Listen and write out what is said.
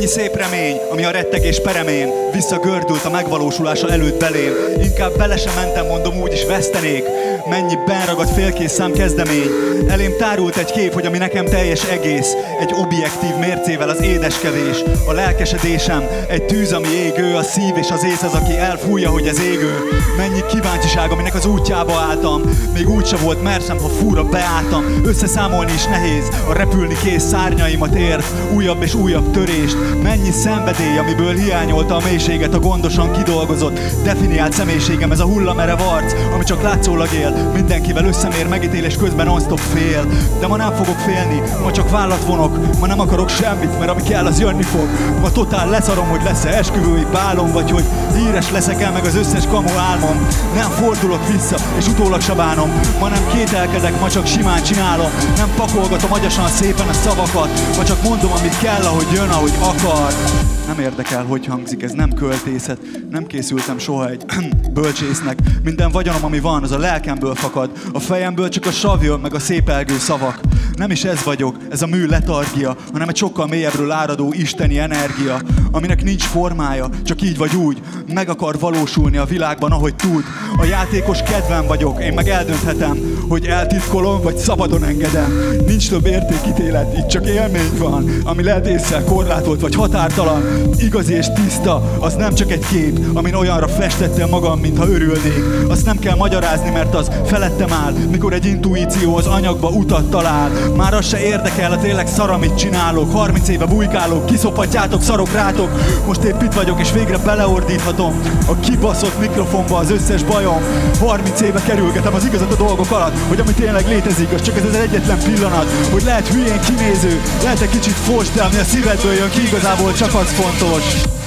Mennyi szép remény, ami a rettegés peremén visszagördült a megvalósulása előtt belém. Inkább bele sem mentem, mondom, úgyis vesztenék. Mennyi benragadt félkész szám kezdemény. Elém tárult egy kép, hogy ami nekem teljes egész. Egy objektív mércével az édeskevés. A lelkesedésem egy tűz, ami égő. A szív és az ész az, aki elfújja, hogy ez égő. Mennyi kíváncsiság, aminek az útjába álltam. Még úgyse volt merszem, ha fúra beálltam. Összeszámolni is nehéz, a repülni kész szárnyaimat ért. Újabb és újabb törést. Mennyi szenvedély, amiből hiányolta a mélységet a gondosan kidolgozott, definiált személyiségem. Ez a hullamerev arc, ami csak látszólag él. Mindenkivel összemér, megítélés közben non-stop fél. De ma nem fogok félni, ma csak vállat vonok. Ma nem akarok semmit, mert ami kell, az jönni fog. Ma totál leszarom, hogy lesz-e esküvői bálom, vagy hogy híres leszek-e meg az összes kamu álmom. Nem fordulok vissza, és utólag se bánom. Ma nem kételkedek, ma csak simán csinálom. Nem pakolgatom agyasan szépen a szavakat. Ma csak mondom, amit kell, ahogy jön, ahogy akar. Nem érdekel, hogy hangzik, ez nem költészet. Nem készültem soha egy bölcsésznek. Minden vagyonom, ami van, az a lelkemből fakad. A fejemből csak a sav jön, meg a szépelgő szavak. Nem is ez vagyok, ez a mű letargia, hanem egy sokkal mélyebbről áradó isteni energia, aminek nincs formája, csak így vagy úgy meg akar valósulni a világban, ahogy tud. A játékos kedvem vagyok, én meg eldönthetem, hogy eltitkolom, vagy szabadon engedem. Nincs több értékítélet, itt csak élmény van, ami lehet ésszel korlátolt, vagy határtalan. Igazi és tiszta, az nem csak egy kép, amin olyanra festettem magam, mintha örülnék. Azt nem kell magyarázni, mert az felettem áll, mikor egy intuíció az anyagba utat talál. Már az se érdekel, a tényleg szar, amit csinálok. 30 éve bujkálok, kiszophatjátok, szarok rátok. Most épp itt vagyok, és végre beleordíthatom a kibaszott mikrofonba az összes bajom. 30 éve kerülgetem az igazat a dolgok alatt, hogy ami tényleg létezik, az csak ez az egyetlen pillanat. Hogy lehet hülyén kinéző, lehet egy kicsit fos, de ami a szívedből jön ki, igazából csak az fontos.